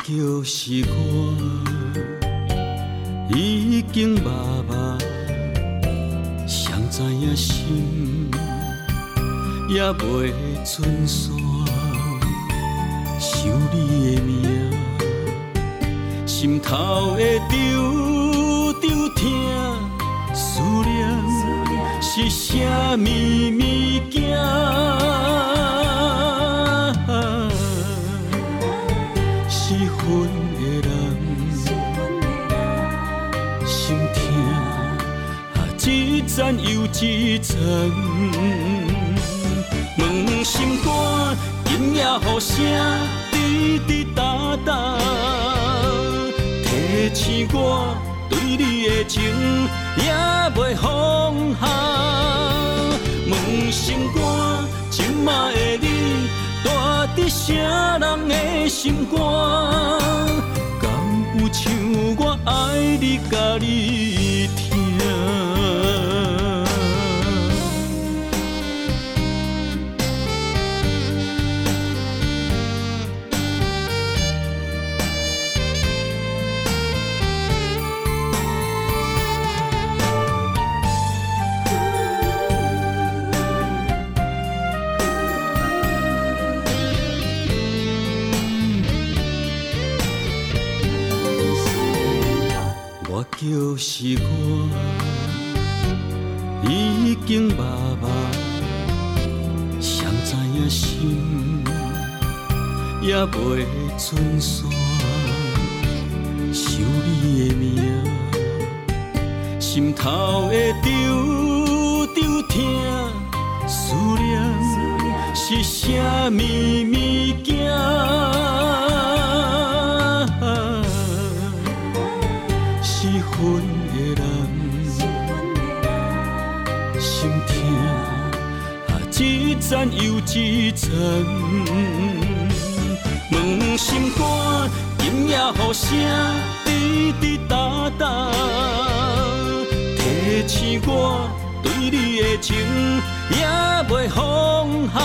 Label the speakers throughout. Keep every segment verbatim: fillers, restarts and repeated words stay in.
Speaker 1: 就是我，已经默默谁知影心也袂准线，想你的名，心头会丢丢疼，思念是啥物物件？失魂的人，心痛啊，一层又一层。问心肝，今夜雨声滴滴答答，提醒我对你的情也袂放下。问心肝，今仔的你住伫啥人的心肝？敢有像我爱你甲你听？就是我，已经默默谁知影心也袂准线，想你的名，心头会丢丢疼，思念是啥物物件？失魂的人，心痛啊，一层又一层。问心肝，今夜雨声滴滴答答，提醒我对你的情也袂放下。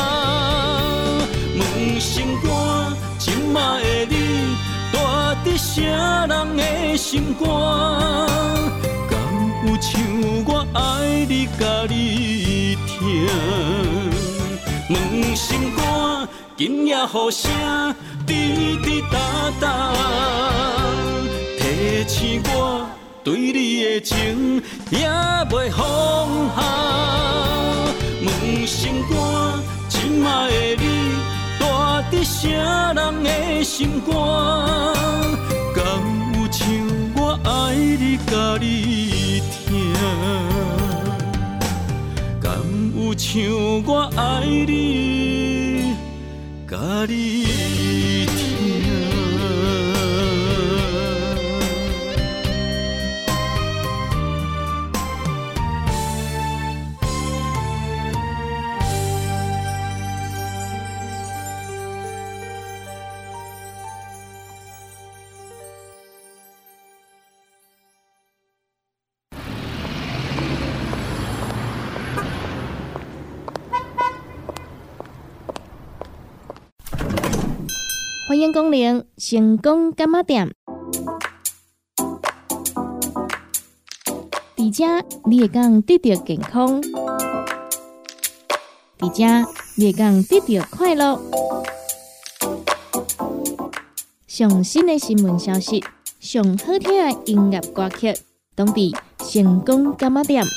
Speaker 1: 问心肝，今仔的你住伫啥人的心肝？敢有像我爱你甲你听？问心肝，今夜雨声滴滴答答，提醒我对你的情也袂放下。问心肝，今仔的你住伫啥人的心肝？敢有像我爱你甲你听？敢有像我爱你甲你听？
Speaker 2: 欢迎光临成功柑仔店。伫这你会讲得到健康，伫这你会讲得到快乐。上新的新闻消息，上好听的音乐歌曲，拢伫成功柑仔店。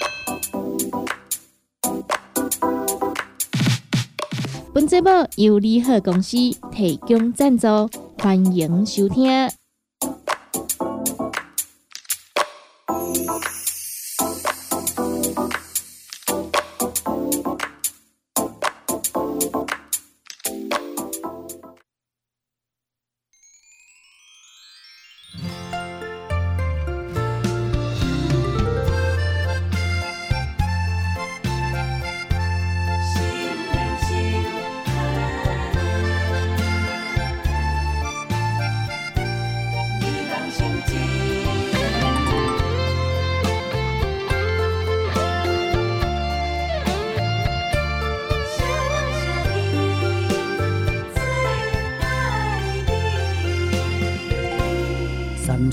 Speaker 2: 本节目由利好公司提供赞助，欢迎收听。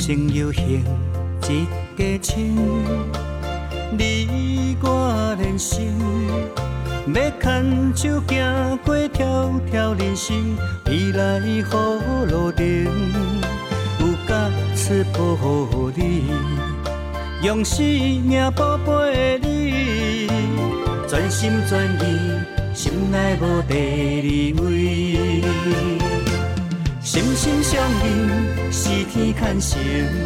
Speaker 1: 生有幸一家亲，你我连心，要牵手行过条条人生，未来好路程，有甲赐保护你，用生命宝贝的你，全心全意，心内无第二位。心心相印，是天牵成，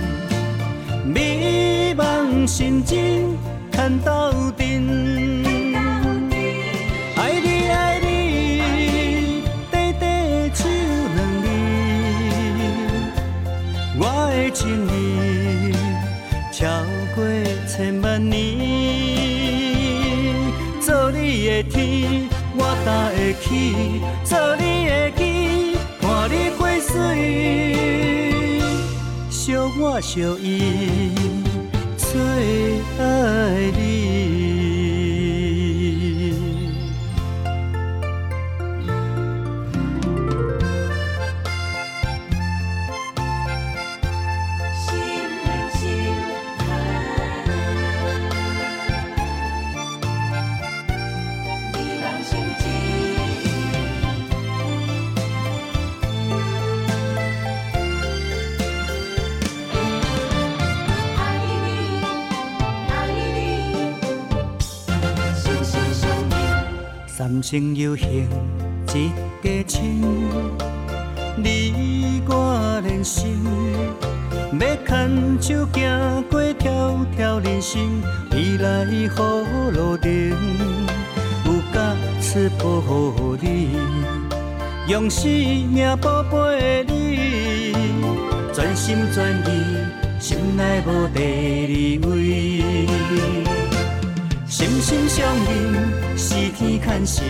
Speaker 1: 美梦成真，牵斗阵。爱你爱你，短短手两年，我的情意超过千万年。做你的天，我担会起；做你的机，看你过水。小我小伊，做爱你。三生有幸一家亲，你我连心，要牵手行过条条人生，未来好路程，有甲赐保护你，用生命宝贝的你，全心全意，心内无第二位。心心相印，是天牵成，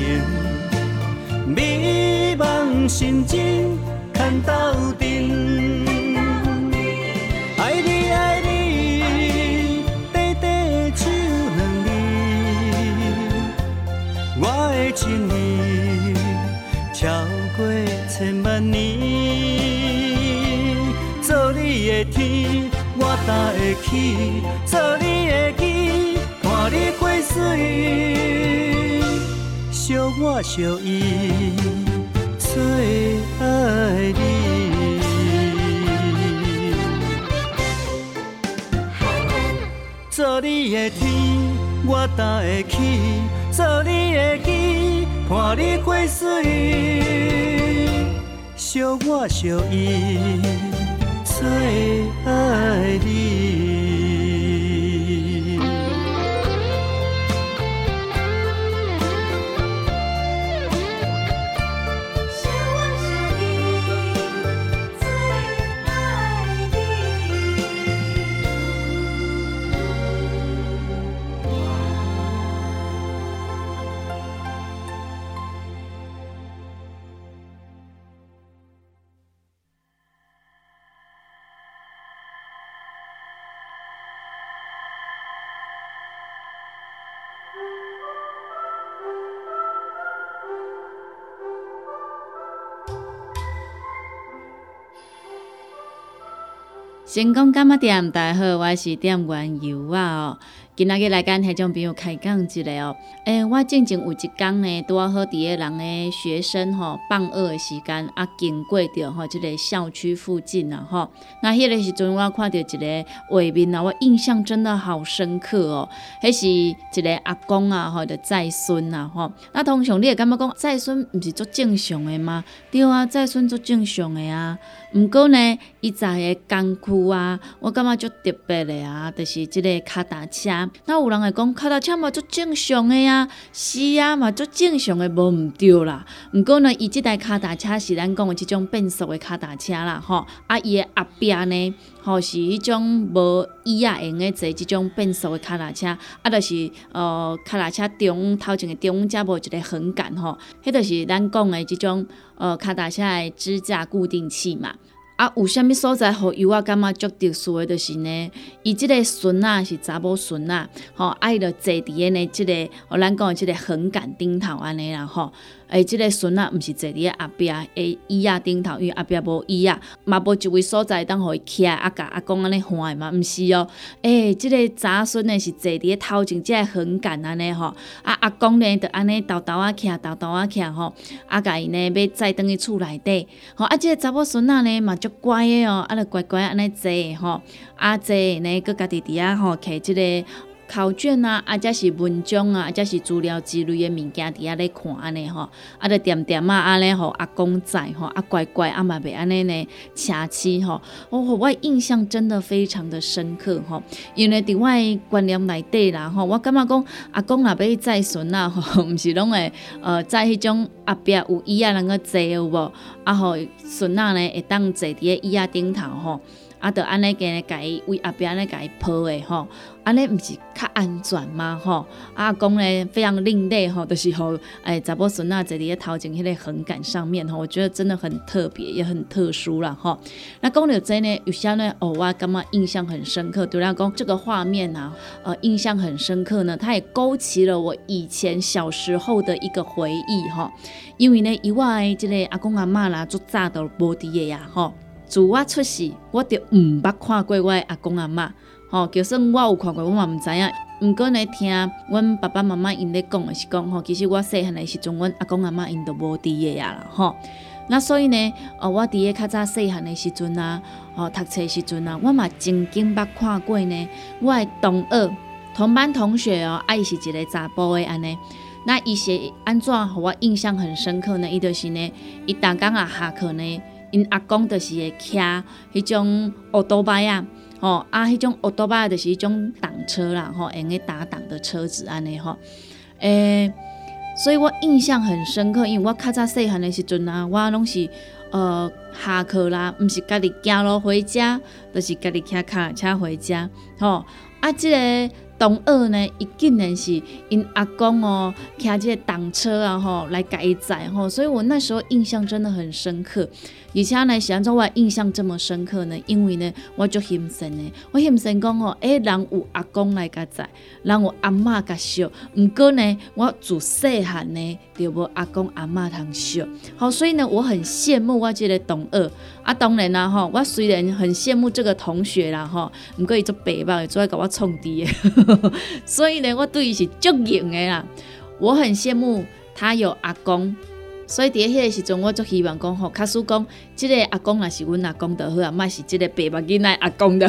Speaker 1: 美梦成真，牵斗阵。爱你爱你，短短手两年，我的情意超过千万年。做你的天，我担会起；做你的机，看你过水。小我小伊，做爱你。做你的天，我担会起；做你的机，看你过水。小我小伊，做爱你。
Speaker 2: 成功柑仔店，大家好，我是店员尤啊哦。今仔日来跟听众朋友开讲一下哦。诶、欸，我进前有一天呢，拄好伫个人的学生吼放学的时间啊，经过着吼即个校区附近啊吼。那迄个时阵，我看到一个画面啊，我印象真的好深刻哦。迄是一个阿公啊，吼的载孙啊吼。那通常你会感觉讲载孙毋是足正常的吗？对啊，载孙足正常的啊。毋过呢，伊在的工区啊，我感觉足特别的啊，就是即个脚踏车。那有人会讲脚踏车嘛足正常的啊，是啊嘛足正常的，无毋对啦。毋过呢，伊即台脚踏车是咱讲的即种变速的脚踏车啦，吼。啊，伊的后壁呢，吼是迄种无椅仔用的坐即种变速的脚踏车，啊，就是呃脚踏车中头前的中间无一个横杆吼，迄就是咱讲的即种呃脚踏车的支架固定器嘛。 啊，有啥物所在，互幼仔感觉足特殊的，就是呢，伊即个孙仔是查某孙仔，吼，啊，伊就坐伫个呢，即、这个，哦，咱讲的即个横杆顶头安尼啦，吼。诶，即、这个孙仔毋是坐伫个阿壁诶椅仔顶头，因为阿壁无椅仔，嘛无一位所在当互伊徛啊，甲阿公安尼喊诶嘛，毋是哦。诶，即、这个查孙呢是坐伫个头前即个横杆安尼吼，啊阿公呢就安尼豆豆啊徛，豆豆啊徛吼，啊甲伊呢要载转去厝内底，吼啊即、这个查某孙仔呢嘛足乖诶哦，啊就乖乖安尼坐吼，啊坐呢佮家己伫遐吼摕即个。考卷啊，啊，则是文章啊，啊，则是资料之类的物件，伫遐咧看安尼吼，啊，就点点啊，安尼吼，阿公在吼，啊，乖乖啊嘛袂安尼呢，车痴吼，哦，我印象真的非常的深刻吼，因为伫我的观念内底啦吼，我感觉讲阿公若要载孙啊吼，毋是拢会呃载迄种后壁有椅仔能够坐有无？啊，吼孙仔呢会当坐伫个椅仔顶头吼。啊，就安尼个呢，甲伊为后壁安尼甲伊抱诶吼，安尼毋是较安全吗？吼，阿公呢非常另类吼，就是吼，诶查某孙仔坐伫个头前迄个横杆上面吼，我觉得真的很特别，也很特殊啦吼。那讲到这呢，有些呢，哦，我感觉印象很深刻，对啦，讲这个画面啊，呃，印象很深刻呢，它也勾起了我以前小时候的一个回忆吼。因为呢，以我诶即个阿公阿嬷啦，足早都无伫个呀吼。自我出世，我就毋捌看过我的阿公阿嬷，吼，就算我有看过，我嘛毋知影。毋过呢，听阮爸爸妈妈因咧讲的是讲，吼，其实我细汉的时阵，阮阿公阿嬷因都无伫个呀啦，吼。那所以呢，哦，我伫个较早细汉的时阵啊，哦，读册的时阵啊，我嘛真经捌看过呢。我的同学、同班同学哦，啊，伊是一个查甫的安尼。那伊是安怎，互我印象很深刻呢？伊就是呢，伊逐工啊下课呢。因阿公就是会骑迄种奥多巴啊，吼啊，迄种奥多巴就是迄种挡车啦，吼，用个打挡的车子安尼吼，诶，所以我印象很深刻，因为我较早细汉的时阵啊，我拢是呃下课啦，毋是家己行路回家，就是家己骑脚踏车回家，吼啊，即、这个。同学呢，伊竟然是因阿公哦，骑这个挡车啊吼来甲伊载吼，所以我那时候印象真的很深刻。而且呢，是安怎我印象这么深刻呢？因为呢，我就欣赏呢，我欣赏讲吼，诶、欸，人有阿公来甲载，人有阿嬷甲烧。毋过呢，我自细汉呢就无阿公阿嬷通烧。好，所以呢，我很羡慕我这个同学。啊，当然啦吼，我虽然很羡慕这个同学啦吼，毋过伊做白目，做爱甲我创治的。所以呢，我对伊是足型的啦。我很羡慕他有阿公，所以伫迄个时阵，我足希望讲吼，假使讲即个阿公若是阮阿公就好啊，莫是即个白目囡仔阿公的。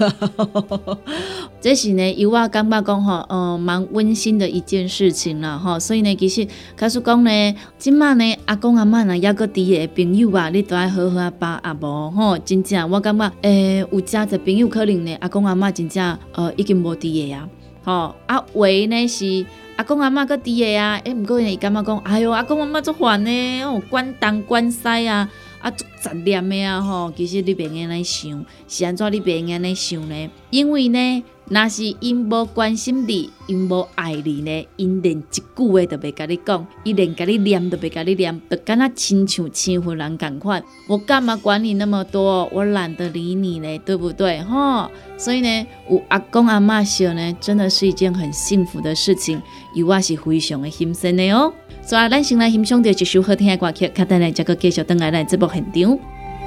Speaker 2: 这是呢，由我感觉讲吼，呃，蛮温馨的一件事情啦吼。所以呢，其实假使讲呢，即马呢，阿公阿嬷若抑搁伫的朋友啊，你都爱好好啊把握无吼。真正我感觉，诶、欸，有真侪朋友可能呢，阿公阿嬷真正呃已经無伫的啊。吼啊，为呢是阿公阿嬷搁伫的啊，诶，毋过呢伊感觉讲，哎哟，阿公阿嬷足烦呢，哦，管东管西啊，啊足杂念的啊吼。其实你袂用安尼想，是安怎你袂用安尼想呢？因为呢，若是因无关心你，因无爱你呢，因连一句话都袂甲你讲，伊连甲你念都袂甲你念，就敢若亲像亲婚人共款。我干嘛管你那么多？我懒得理你嘞，对不对？吼，所以呢，有阿公阿嬷烧呢，真的是一件很幸福的事情，而我是非常的欣赏的哦。所以咱先来欣赏到一首好听的歌曲，较等下再个继续回来咱节目现场。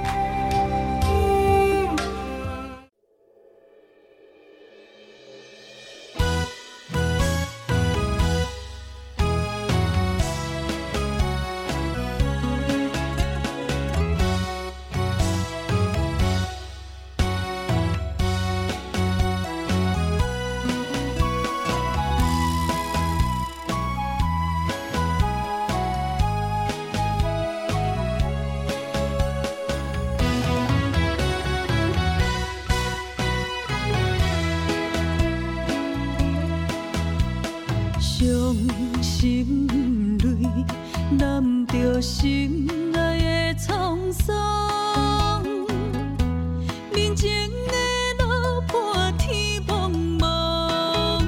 Speaker 3: 心爱的沧桑，面前的路伴天茫茫，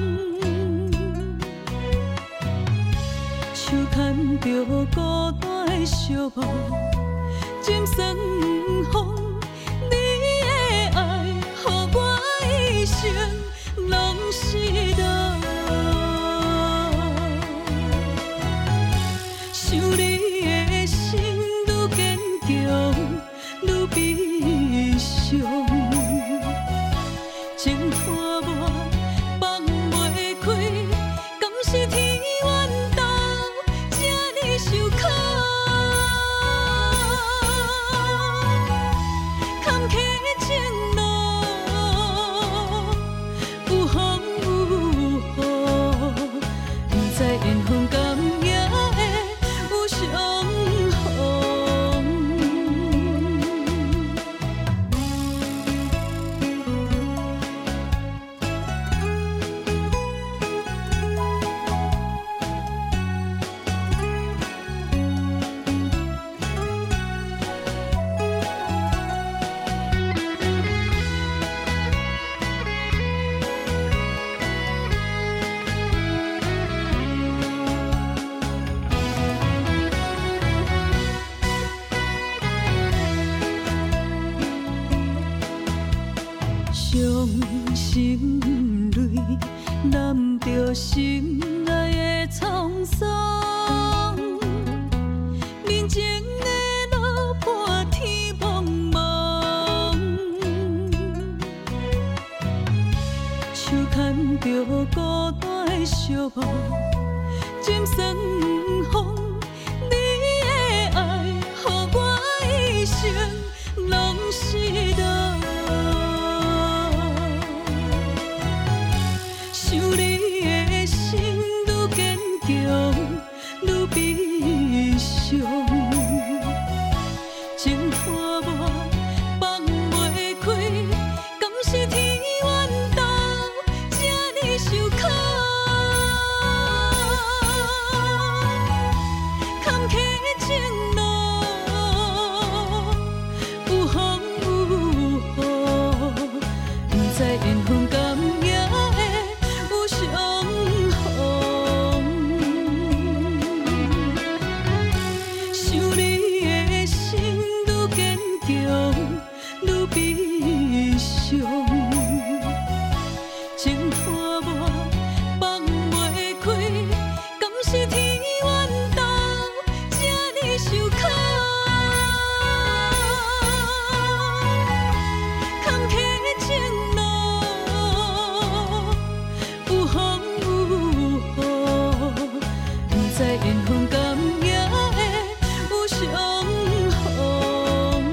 Speaker 3: 手牵着孤单的寂寞，今生不放， 生拢是道。想你的心愈坚强，愈悲伤。情拖我放袂开，敢是天冤斗，这呢受苦。坎坷前路，有风有雨，不知缘分甘也会有相逢。伤心泪，染着心爱的沧桑。面前的路伴天茫茫，手牵着孤单的寂寞，渐酸风。你的爱，予我一生拢是道。想你的心愈坚强，愈悲伤。情拖我放袂开，敢是天冤斗，这呢受苦。坎坷前路，有风有雨，不知缘分甘也会有相逢。想你的心愈坚强，愈悲伤。情拖我放袂开，敢是天冤斗，这呢受苦。坎坷前路，有风有雨，不知缘分甘也会有相逢。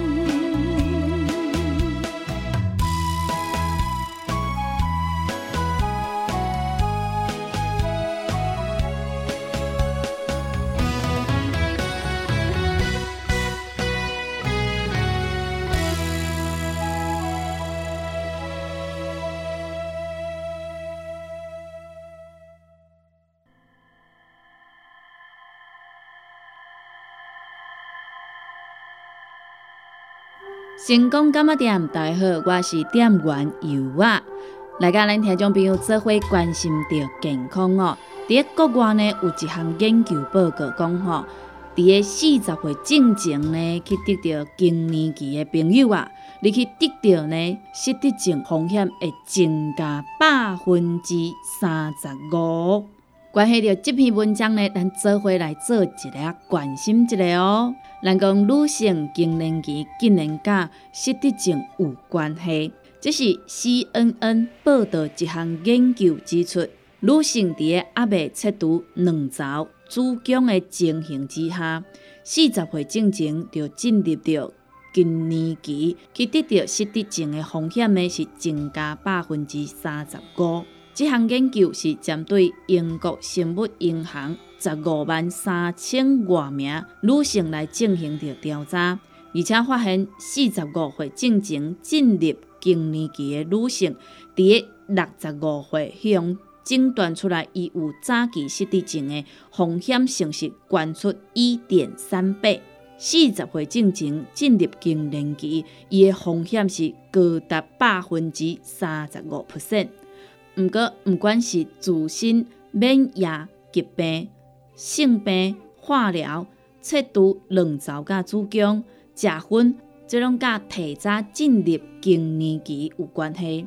Speaker 2: 成功柑仔店，大家好，我是店员尤啊。来甲咱听众朋友做伙关心着健康哦。伫个国外呢，有一项研究报告讲吼，伫个四十岁进前呢，去得到更年期的朋友啊，你去得到呢失智症风险会增加百分之三十五。关系到这篇文章呢，咱做伙来做一个关心一下哦。咱讲女性更年期竟然甲失智症有关系，这是 C N N 报道一项研究指出，女性伫个还未切除卵巢、子宫的情形之下，四十岁进前就进入到更年期，去得到失智症的风险呢是增加百分之三十五。这项研究是针对英国生物银行十五万三千多名女性来进行着调查，而且发现四十五岁进前进入更年期的女性，伫个六十五岁向诊断出来伊有早期失智症的风险性是悬出一点三倍。四十岁进前进入更年期，伊的风险是高达百分之三十五 percent。毋过，毋管是自身免疫疾病、性病、化疗、切除卵巢甲子宫、食薰，这拢甲提早进入更年期有关系。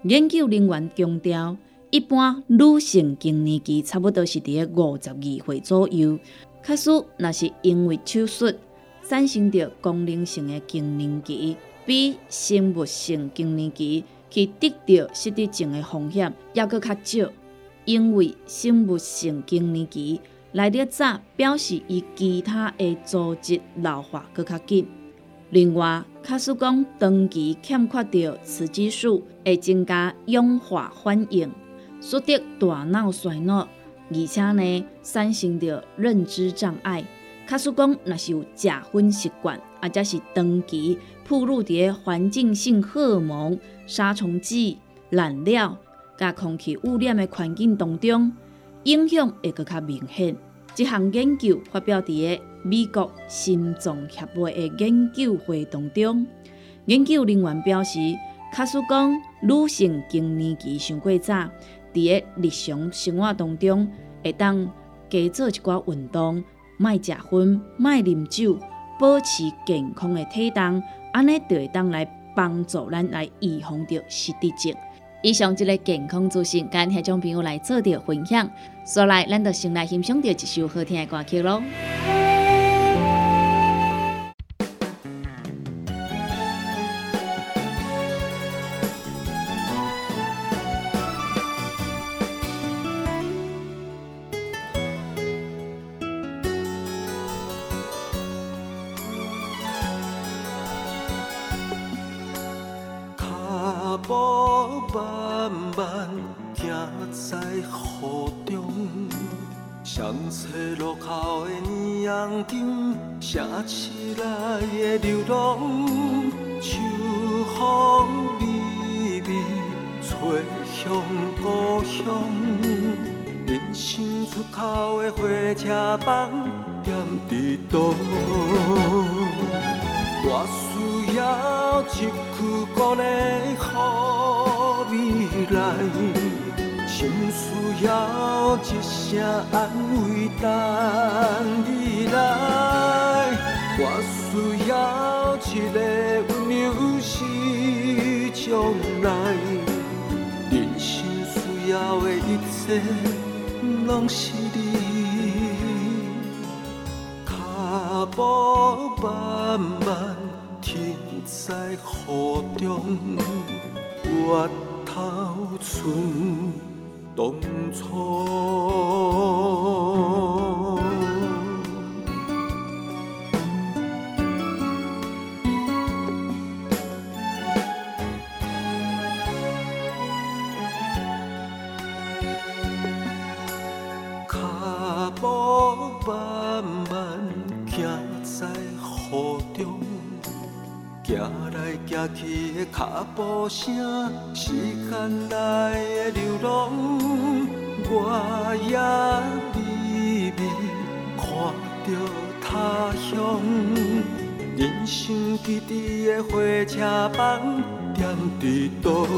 Speaker 2: 研究人员强调，一般女性更年期差不多是伫个五十二岁左右，假使若是因为手术产生着功能性的更年期，比生物性更年期去得到失智症的风险还佫较少。因为生物性更年期来得早，表示伊其他的组织老化佫较紧。另外，假使讲长期欠缺着雌激素，会增加氧化反应，使得大脑衰老，而且呢产生着认知障碍。假使讲若是有食薰习惯，或者是长期暴露伫环境性荷尔蒙、杀虫剂、染料、甲空气污染的环境当中，影响会佫较明显。这项研究发表伫美国心脏协会的研究会当中，研究人员表示，假使讲女性更年期伤过早，伫日常生活当中会当加做一寡运动，莫食薰，莫啉酒，保持健康的体重，安尼就会当来帮助咱来预防着失智症。以上这个健康资讯，跟听众朋友来做着分享。所来，咱就先来欣赏着一首好听的歌曲咯。
Speaker 4: 慢慢行在雨中，上车路口的霓虹灯，写起来的流浪，秋风微微吹向故乡。人生出口的火车房，踮伫倒？我需要一句鼓励予未来，心需要一声安慰等你来。我需要一个温柔是将来，人生需要的一切拢是你。脚步慢慢停在雨中，我头寸当初。脚步慢慢行在雨中，行来行去的脚步声，时间来的流浪，我也微微看到他乡。人生直直的火车房踮伫倒？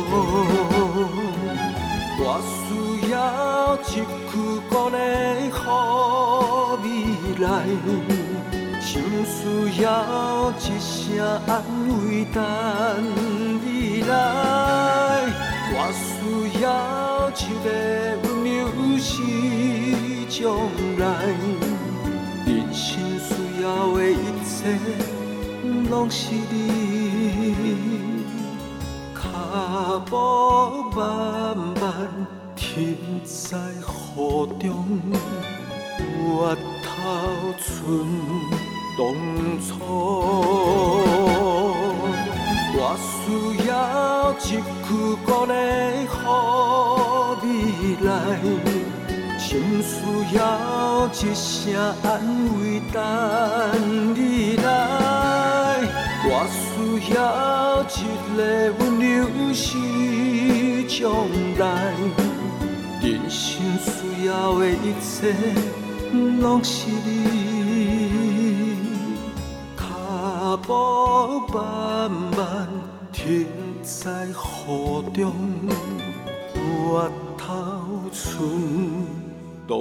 Speaker 4: 我需要一句鼓励予未来，心需要一声安慰等你来。我需要一个温柔是将来，人生需要的一切拢是你。脚步慢慢停在雨中，我头寸当初。我需要一句鼓励予未来，心需要一声安慰等你来。我需要一个温柔是将来，人生需要的一切拢是你。脚步慢慢停在雨中，我头寸当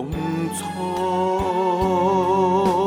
Speaker 4: 初。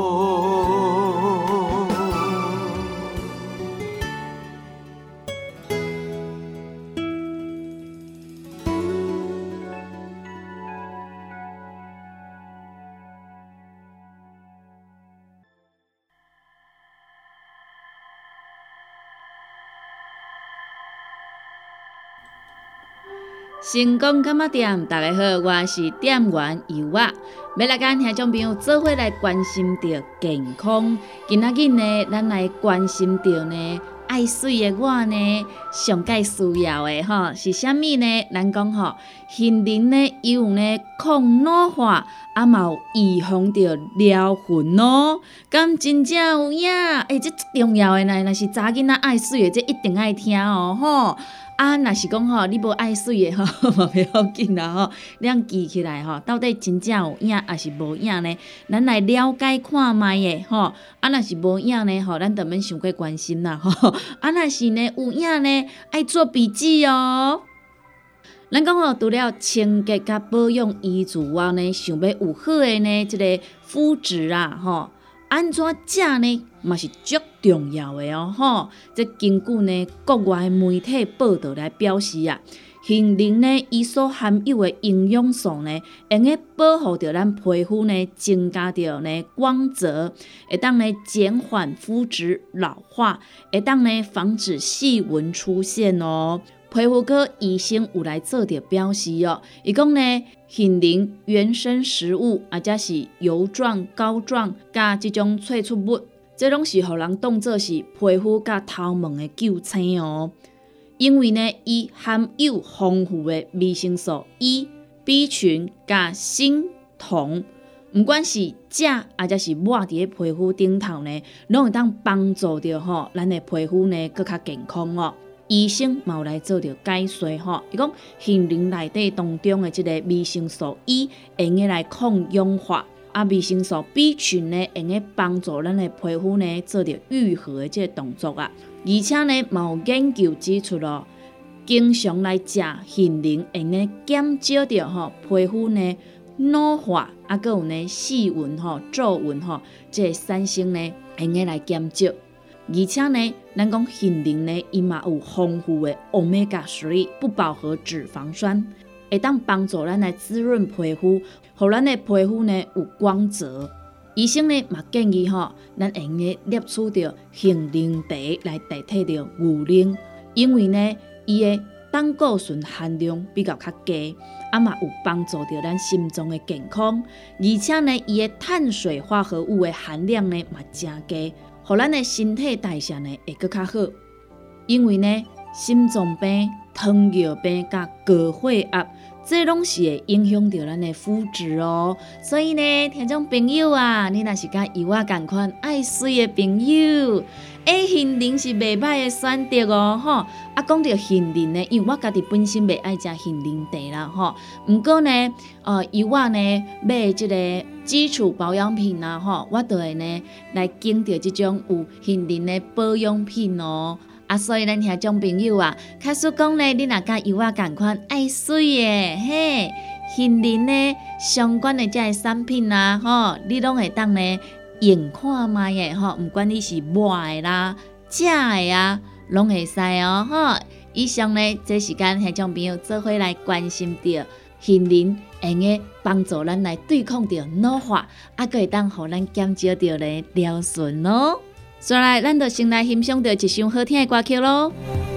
Speaker 2: 成功干嘛店，大家好，我是店员尤啊。要来跟听众朋友做伙来关心着健康。今仔日呢，咱来关心着呢爱水的我呢，上界需要的吼是啥物呢？咱讲吼，杏仁呢有呢抗老化，啊嘛有预防着疗痕哦。咁真正有影？诶、欸，这重要的呢，若是查囡仔爱水的，这一定爱听哦吼。啊，若是讲吼，你无爱水的吼，嘛袂要紧啦吼，你通记起来吼，到底真正有影还是无影呢？咱来了解看卖的吼。啊，若是无影呢吼，咱就免伤过关心啦吼。啊，若是呢有影呢，爱做笔记哦。咱讲吼，除了清洁甲保养以外呢，想要有好的呢，即、这个肤质啊吼。安怎食呢？嘛是足重要的哦，吼！这根据呢国外媒体报道来表示啊，杏仁呢伊所含有的营养素呢，用来保护着咱皮肤呢，增加着呢光泽，会当呢减缓肤质老化，会当呢防止细纹出现哦。皮肤科医生有来做着表示哦，伊讲呢，杏仁原生食物，或者是油状、膏状，加这种萃取物，这拢是互人当作是皮肤甲头毛的救星哦。因为呢，伊含有丰富的维生素 E、B 群加锌、铜，不管是食或者是抹伫皮肤顶头呢，拢会当帮助着吼咱的皮肤呢更较健康哦。医生嘛有来做着解说吼，伊讲杏仁内底当中的即个维生素 E 用个来抗氧化，啊维生素 B 群呢用个帮助咱的皮肤呢做着愈合的即个动作啊，而且呢嘛有研究指出咯，经常来食杏仁用个减少着吼皮肤呢老化，啊佮有呢细纹吼、皱纹吼，即个产生呢用个来减少。而且呢，咱讲杏仁呢，伊嘛有丰富的 欧米伽三 不饱和脂肪酸，会当帮助咱来滋润皮肤，互咱的皮肤呢有光泽。医生呢嘛建议吼，咱用个摄取着杏仁茶来代替着牛奶，因为呢，伊的胆固醇含量比较较低，啊嘛有帮助着咱心脏的健康，而且呢，伊的碳水化合物的含量呢嘛真低。互咱的身体代谢呢会更较好，因为呢，心脏病、糖尿病甲高血压，这拢是会影响到咱的肤质哦。所以呢，听众朋友啊，你若是甲伊我共款爱水的朋友，诶，杏仁是袂歹的选择哦，吼。啊，讲到杏仁呢，因为我家己本身袂爱食杏仁茶啦，吼。毋过呢，呃，伊我呢买即个基础保养品啊，吼，我就会呢来拣着即种有杏仁的保养品哦。啊，所以咱听众朋友啊，假使讲呢，你若甲伊我共款爱水的，嘿，杏仁呢相关的这些产品啊，吼，你拢会当呢用看卖的吼，毋管你是抹的啦、食的啊，拢会使哦，吼。以上呢，这时间听众朋友做伙来关心着杏仁，用个帮助咱来对抗着老化，啊，个会当互咱减少着咧疗损哦。所以，咱就先来欣赏着一首好听的歌曲咯。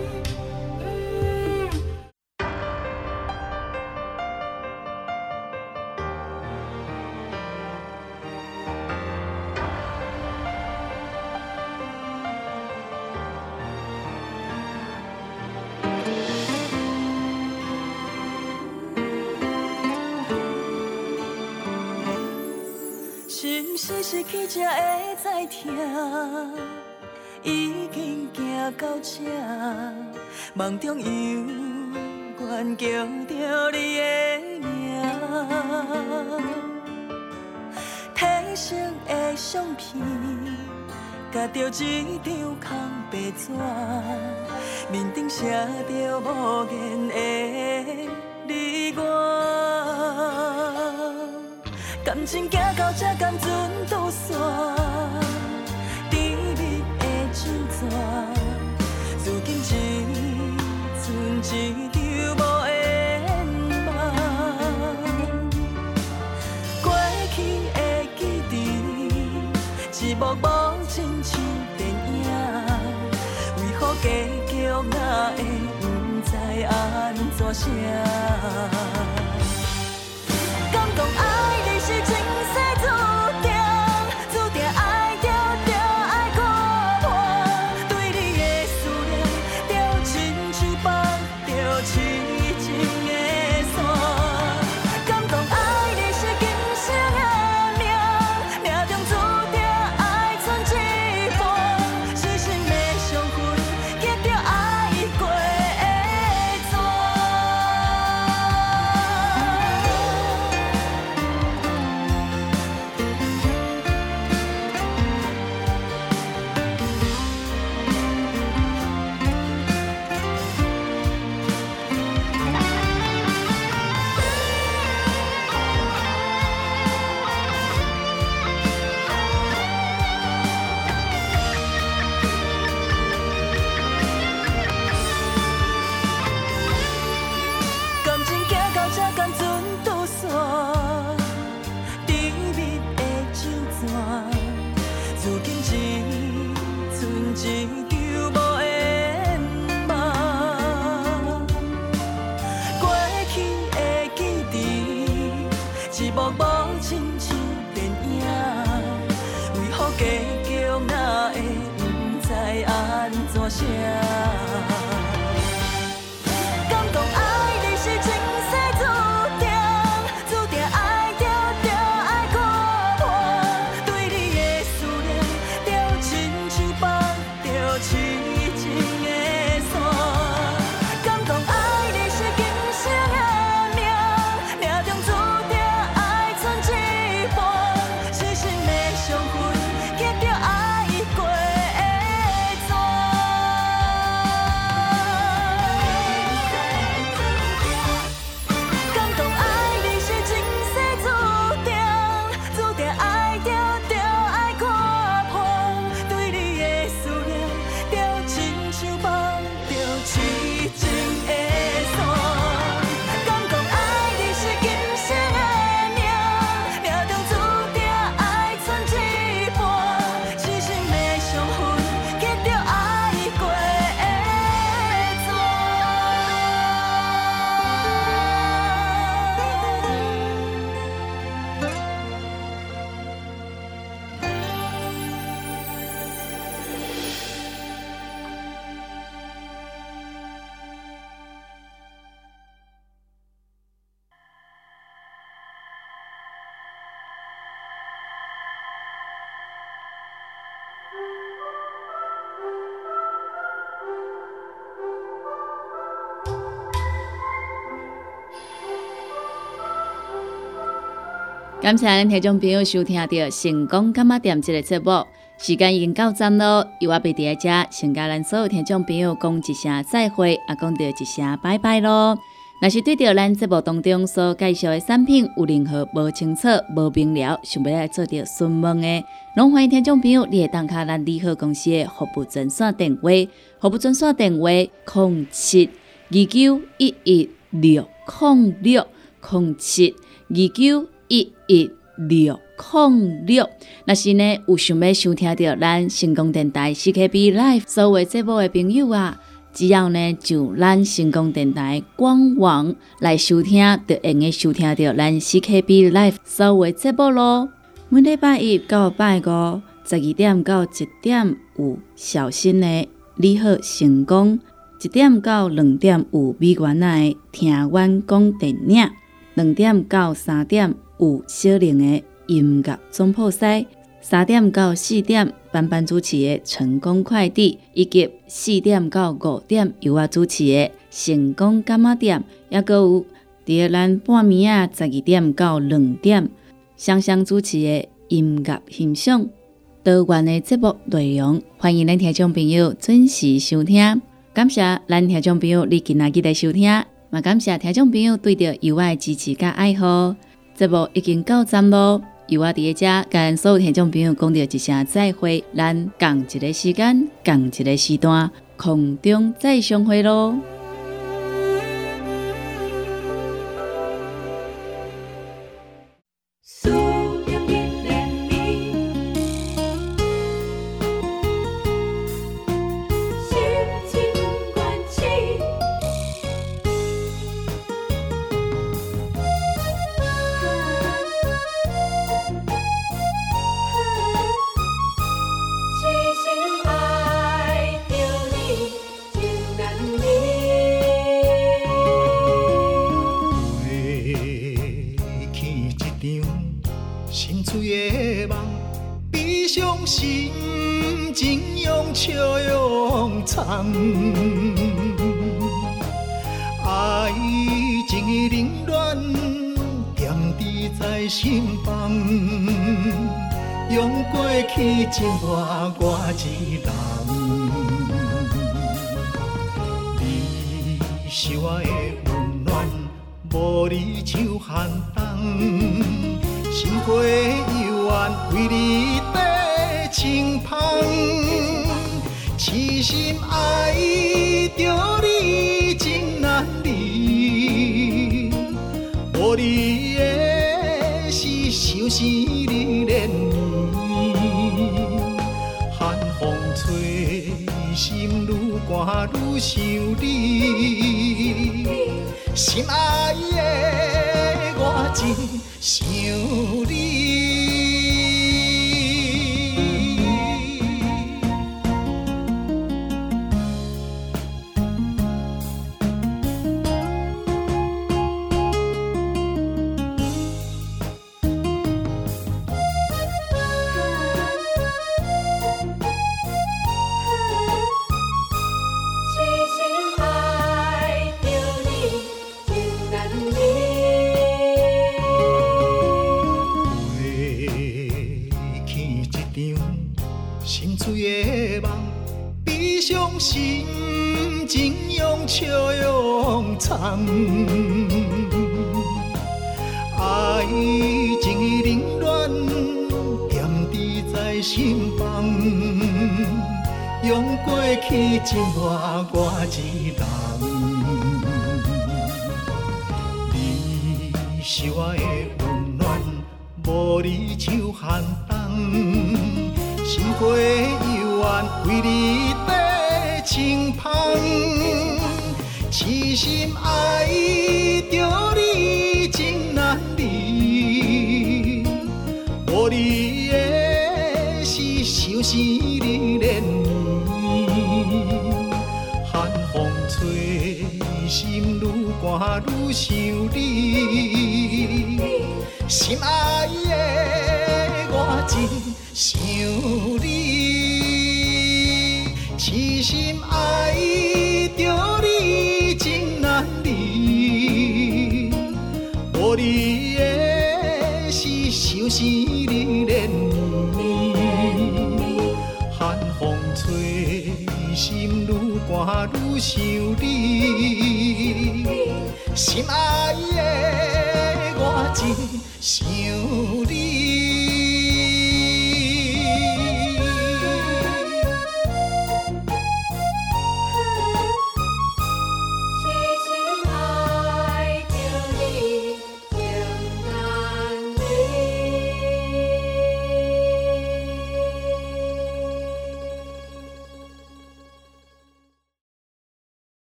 Speaker 3: 心事是去才会知听，已经行到这，梦中犹原叫着你的名。褪色的相片，夹着一张空白纸，面顶写着无言的你我。感情行到这，甘准倒线，甜蜜的真逝，如今只剩一场无缘梦。过去的记忆，一幕幕亲像电影，为何结局我会不知安怎？ 怎写？敢讲爱你是前世注定，注定爱着着爱看破，对你的思念着亲像绑着痴情的线。敢讲爱你是今生的命，命中注定爱剩一半，死心的相分，结着爱过的纸。感情行到这甘准拄线，甜蜜的酒泉，如今只剩一场无缘梦。过去的记忆，一幕幕亲像电影，为何结局哪会不知安怎写？敢讲爱你是前世注定，注定爱着着爱看破，对你的思念着亲像绑着痴情的线。敢讲爱你是今生的命，命中注定爱剩一半，死心的相分，结着爱过的纸。敢讲爱你是前世注定，注定爱着着爱看破，对你的思念着亲像绑着痴情的线。敢讲爱你是今生的命，命中注定爱剩一半，死心的相分，结着爱过的纸。
Speaker 2: 感谢咱听众朋友收听到成功干嘛店这个节目，时间已经到站咯，由我贝伫遮，先甲咱所有听众朋友讲一声再会，也讲到一声拜拜咯。若是对着咱节目当中所介绍的产品有任何无清楚、无明了，想要来做着询问的，拢欢迎听众朋友你会打卡咱利好公司的服务专线电话，服务专线电话零七二九一一六零六零七二九一一六零六。若是呢有想要收听到咱成功电台 C K B Live 所有节目的朋友啊，只要呢就咱成功电台官网来收听，就会用收听到咱 C K B Live 所有节目咯。每礼拜一到拜五十二点到一点有小新的你好成功，一点到两点有美元的听阮讲电影，两点到三点有小玲的音乐总铺西，三点到四点班班主持的成功快递，以及四点到五点由我主持的成功干妈店，也阁有伫咱半暝啊十二点到两点双双主持的音乐欣赏。多元的节目内容，欢迎咱听众朋友准时收听。感谢咱听众朋友你今仔日的收听，嘛感谢听众朋友对着由我的支持甲爱好。节目已经到站咯，由我伫遮跟所有听众朋友讲着一声再会，咱共一个时间，共一个时段，空中再相会咯。
Speaker 5: 心碎的梦，悲伤心情用笑容藏。爱情的冷暖，点滴在心房。用过去情换我一人，你是我的温暖，无你手寒冬。心花幽怨为你在轻芳，痴心爱着你真难离，无你的是相思你连绵，寒风吹，心愈寒愈想你，心爱的我真想你。心情用笑容藏，爱情的冷暖点滴在心房，用过去情换我一人，你是我的温暖，无你手寒冬，心花幽怨为你在轻芳，痴心爱着你真难离，无你的是相思你连绵，寒风吹，心愈寒愈想你，心爱的我真想你。痴心爱着你真难离，无你的是相思你连绵，寒风吹，心愈寒愈想你，心爱的我真想